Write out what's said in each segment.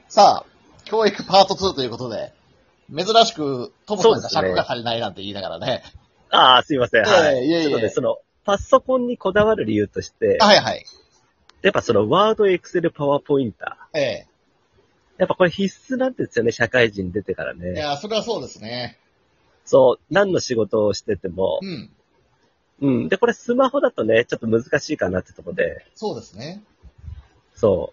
さあ、教育パート2ということで、珍しくトムさんが尺が足りないなんて言いながらね。 ああ、すいません。はい。 いえいえ。 ちょっとね、パソコンにこだわる理由として、 はいはい。 やっぱワード、エクセル、パワーポインター。やっぱこれ必須なんですよね、社会人出てからね。 いや、それはそうですね。 そう、何の仕事をしてても。うん。で、これスマホだとね、ちょっと難しいかなってとこで。 そうですね。 そう。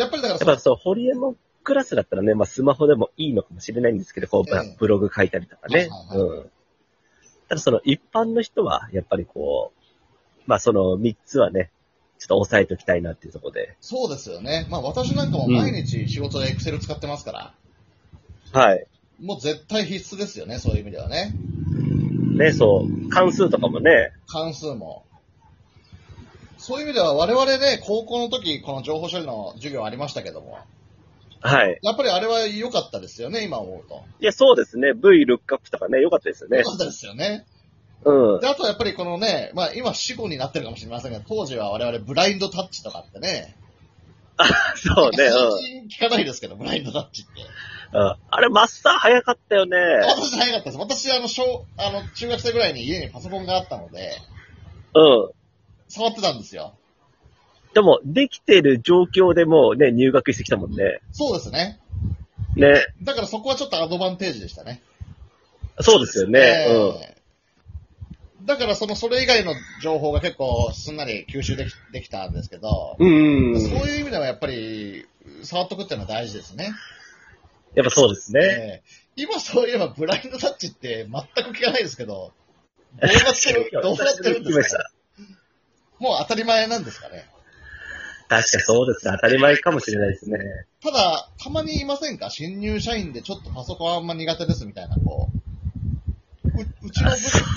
やっぱりだからやっぱホリエモンクラスだったらね、まあスマホでもいいのかもしれないんですけど、ブログ書いたりとかね。うん。ただ一般の人は、やっぱりまあ3つはね、ちょっと押さえておきたいなっていうところで。 そうですよね。まあ私なんかも毎日仕事で Excel 使ってますから。 はい。 もう絶対必須ですよね、そういう意味ではね。 ね、そう。関数とかもね。 関数も。そういう意味では我々ね、高校の時、この情報処理の授業ありましたけども。 はい。 やっぱりあれは良かったですよね、今思うと。 いや、そうですね。VLOOKUP とかね、良かったですよね。 良かったですよね。 うん。 で、あとやっぱりこのね、まあ今死後になってるかもしれませんが、当時は我々ブラインドタッチとかってね。 そうね、 最近聞かないですけど、ブラインドタッチって。 あれ、マスター早かったよね。 私早かったです。私、中学生ぐらいに家にパソコンがあったので、 うん。 触ってたんですよ。 でも、できてる状況でもうね、入学してきたもんね。 そうですね。 ね。 だからそこはちょっとアドバンテージでしたね。 そうですよね。 だからそれ以外の情報が結構すんなり吸収できたんですけど、 そういう意味ではやっぱり触っとくっていうのは大事ですね。 やっぱそうですね。 今そういえばブラインドタッチって全く聞かないですけど、どうなってるんですか？もう当たり前なんですかね。 確かそうですね。当たり前かもしれないですね。 ただ、たまにいませんか？新入社員でちょっとパソコンあんま苦手ですみたいな、うちの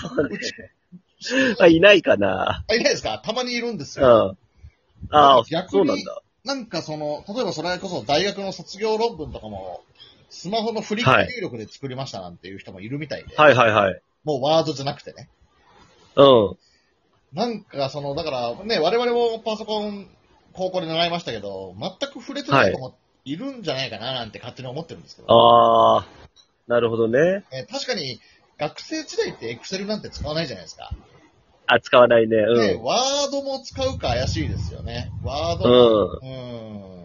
いないかな。 いないですか？たまにいるんですよ。逆に、 そうなんだ。 なんか例えばそれこそ大学の卒業論文とかも、スマホのフリック入力で作りましたなんていう人もいるみたいで。 はいはいはい。 もうワードじゃなくてね。なんかだからね、我々もパソコン、高校で習いましたけど、全く触れてない子もいるんじゃないかななんて勝手に思ってるんですけど。 なるほどね。 確かに、学生時代ってエクセルなんて使わないじゃないですか。 使わないね。 ワードも使うか怪しいですよね。ワードも。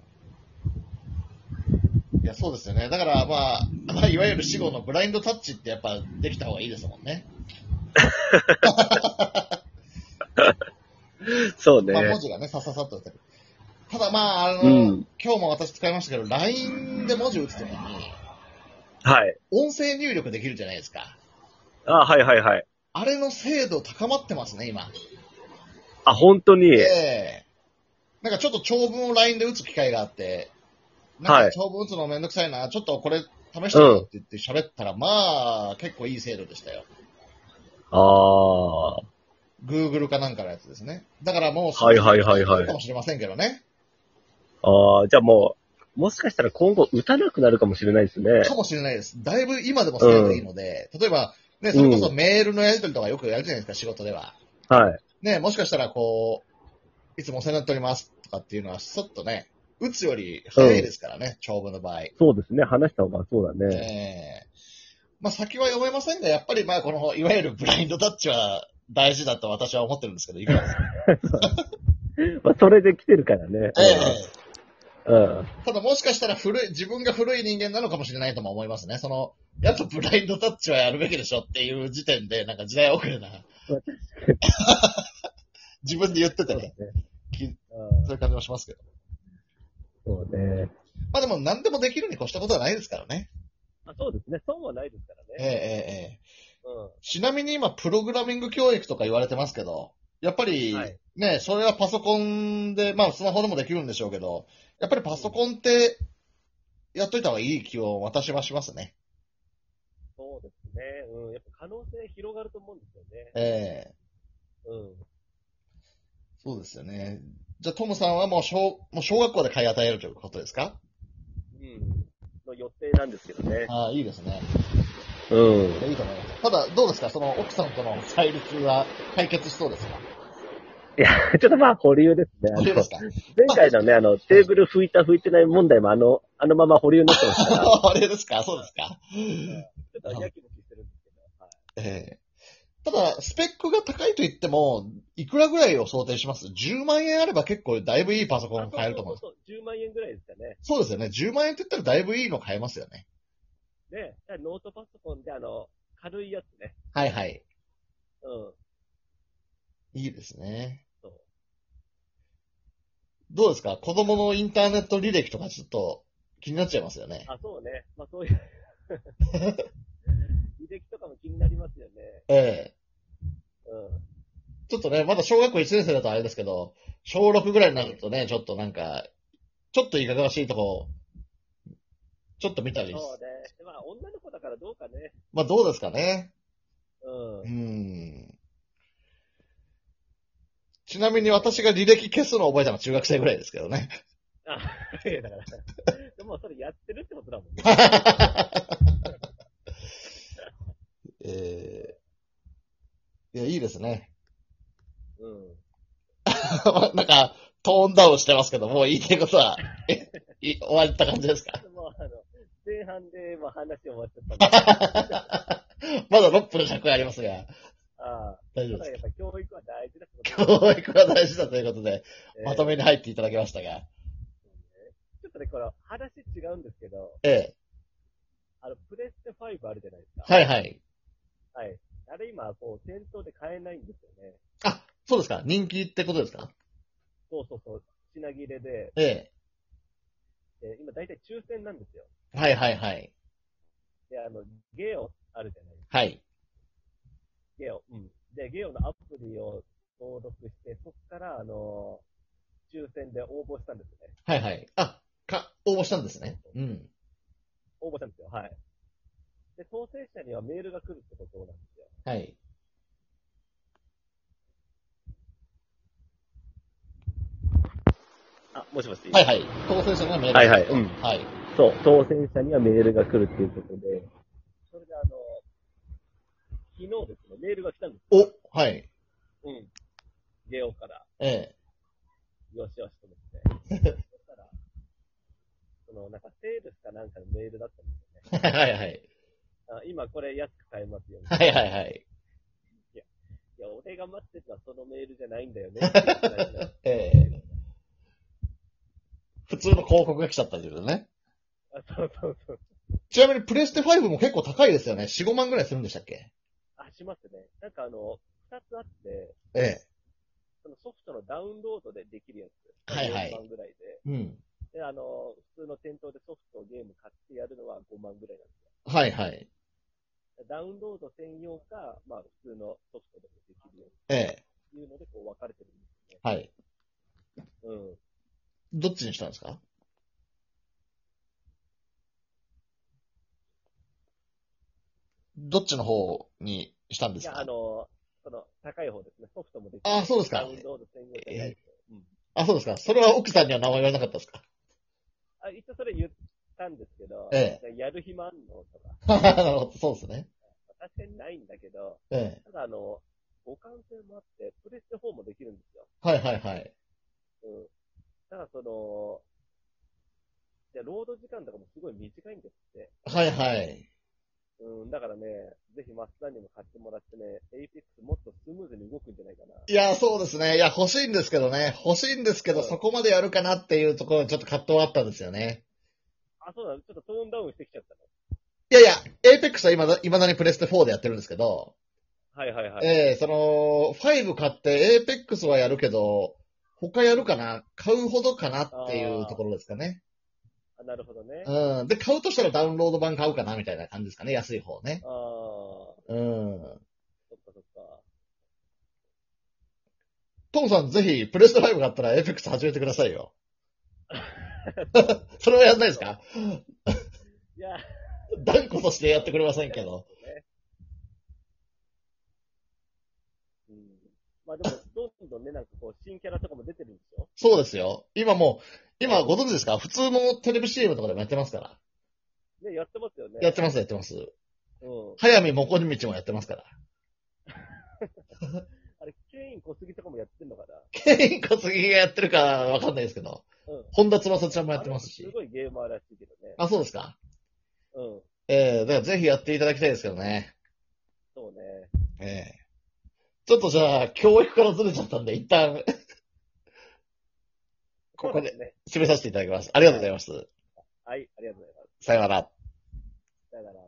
いや、そうですよね。だからまあ、いわゆる死後のブラインドタッチってやっぱできた方がいいですもんね。 そうね。 文字がね、さっと打てる。ただ今日も私使いましたけど、LINE で文字打つときに、音声入力できるじゃないですか。 はいはいはい。 あれの精度高まってますね、今。 本当に。 なんかちょっと長文を LINE で打つ機会があって、なんか長文打つのめんどくさいな、ちょっとこれ試してみようって言って喋ったら、まあ、結構いい精度でしたよ。Google かなんかのやつですね。だからもう、そうかもしれませんけどね。 じゃあもしかしたら今後打たなくなるかもしれないですね。 かもしれないです。だいぶ今でも精度いいので、例えば、ね、それこそメールのやり取りとかよくやるじゃないですか、仕事では。ね、もしかしたらいつもお世話になっておりますとかっていうのは、ちょっとね、打つより早いですからね、長文の場合。 そうですね、話した方がそうだね。 まあ先は読めませんが、やっぱりいわゆるブラインドタッチは大事だと私は思ってるんですけど、いかがですか？ それで来てるからね。 ただもしかしたら自分が古い人間なのかもしれないとも思いますね。やっぱブラインドタッチはやるべきでしょっていう時点で、なんか時代遅れな。自分で言っててね。そういう感じもしますけど。 そうね。 まあでも何でもできるに越したことはないですからね。 そうですね。損はないですからね。 ちなみに今、プログラミング教育とか言われてますけど、やっぱり、ね、それはパソコンで、まあスマホでもできるんでしょうけど、やっぱりパソコンってやっといた方がいい気を私はしますね。 そうですね。やっぱ可能性広がると思うんですよね。 そうですよね。じゃあトムさんはもう小学校で買い与えるということですか？ の予定なんですけどね。 いいですね。いいと思います。ただ、どうですか？奥さんとの対立は解決しそうですか？ いや、ちょっとまあ保留ですね。 保留ですか？ 前回のね、テーブル拭いた拭いてない問題もあのまま保留になってますから。 保留ですか？そうですか？ ちょっとやきもきしてるんですけど。はい、 ただ、スペックが高いと言っても、いくらぐらいを想定します？ 10 万円あれば結構だいぶいいパソコン買えると思うんです。 そう、10万円ぐらいですかね。 そうですよね。10万円って言ったらだいぶいいの買えますよね。 で、ノートパソコンで軽いやつね。 はいはい。 うん。 いいですね。 そう。 どうですか？子供のインターネット履歴とかちょっと気になっちゃいますよね。 あ、そうね。まあそういう履歴とかも気になりますよね。 ええ。 うん。 ちょっとね、まだ小学校1年生だとあれですけど、小6ぐらいになるとね、ちょっとなんか、ちょっといかがわしいとこ、ちょっと見たり。 そうね。まあ女の子だからどうかね。 まあどうですかね。 うん。 ちなみに私が履歴消すのを覚えたのは中学生ぐらいですけどね。 あ、いやだから。でもそれやってるってことだもんね。 いや、いいですね。 うん。 なんか、トーンダウンしてますけど、もう言いたいことは、終わった感じですか？ もう前半でもう話終わっちゃったんで。 まだ6分の尺ありますが、 ああ。 大丈夫ですやっぱ教育は大事だってか？ こと教育が大事だということで、まとめに入っていただきましたが。 ちょっとね、これ話違うんですけど、 ええ。 プレステ5あるじゃないですか。 はいはい。 はい。あれ今、店頭で買えないんですよね。 あ、そうですか。人気ってことですか？ そうそうそう。品切れで、 ええ。 今大体抽選なんですよ。 はいはいはい。 で、ゲオあるじゃないですか。 はい。 ゲオ。うん。で、ゲオのアプリを登録して、そこから、抽選で応募したんですね。 はいはい。応募したんですね。うん。 応募したんですよ。はい。で、当選者にはメールが来るってことなんですよ。 はい。 あ、もしもし。 はいはい。当選者にはメールがはいはい。うん。 はい。 そう、当選者にはメールが来るっていうことで、それで昨日ですね、メールが来たんですよ。 はい。 うん。ゲオから。 えよしよしと思って。そしたら、なんかセールスかなんかのメールだったんですよね。 はいはい。 今これ安く買えますよ、ね。 はいはいはい。 いや、俺が待ってたそのメールじゃないんだよね。 普通の広告が来ちゃったんですよね。 そうそうそう。 ちなみにプレステ5も結構高いですよね。4、5万ぐらいするんでしたっけ？ しますね。なんか二つあって、 ええ。 そのソフトのダウンロードでできるやつ。 はいはい。 4万ぐらいで。 うん。 で、普通の店頭でソフトゲーム買ってやるのは5万ぐらいなんですよ。 はいはい。 ダウンロード専用か、まあ普通のソフトでもできるよええ。 ういうので分かれてるんですよね。 はい。 うん。 どっちにしたんですか？どっちの方にしたんですか？いや、 高い方ですね。ソフトもできる。 そうですか。 ダウンロード専用じゃないと。 そうですか。それは奥さんには名前言われなかったですか？ 一応それ言ったんですけど、やる暇あんのとか。なるほど、そうですね。 確かにないんだけど、ただ互換性もあって、プレステ4もできるんですよ。 はいはいはい。 うん。ただロード時間とかもすごい短いんですって。 はいはい。 うん、だからね、ぜひマスターにも買ってもらってね、エイペックスもっとスムーズに動くんじゃないかな。 いや、そうですね。いや、欲しいんですけどね。欲しいんですけど、そこまでやるかなっていうところにちょっと葛藤があったんですよね。 そうなの？ちょっとトーンダウンしてきちゃったの？ いやいや、エイペックスは未だにプレステ4でやってるんですけど、 はいはいはい。 5買ってエイペックスはやるけど、他やるかな？買うほどかなっていうところですかね。 なるほどね。 うん。で、買うとしたらダウンロード版買うかなみたいな感じですかね。安い方ね。うん。 そっかそっか。 トムさんぜひ、プレステ5買ったらエイペックス始めてくださいよ。それはやんないですか？ いや、 断固としてやってくれませんけど。 まあでも、どんどんね、なんか新キャラとかも出てるんですよ。 そうですよ。今ご存知ですか？普通のテレビ CM とかでもやってますから。 ね、やってますよね。 やってます、やってます。早見もこみちもやってますから。 あれ、ケイン小杉とかもやってんのかな。 ケイン小杉がやってるかわかんないですけど、 うん。 本田翼ちゃんもやってますし。 すごいゲーマーらしいけどね。 あ、そうですか。 うん。 だからぜひやっていただきたいですけどね。 そうね。 ちょっとじゃあ、教育からずれちゃったんで、一旦、ここで締めさせていただきます。ありがとうございます。 はい、ありがとうございます。 さよなら。 さよなら。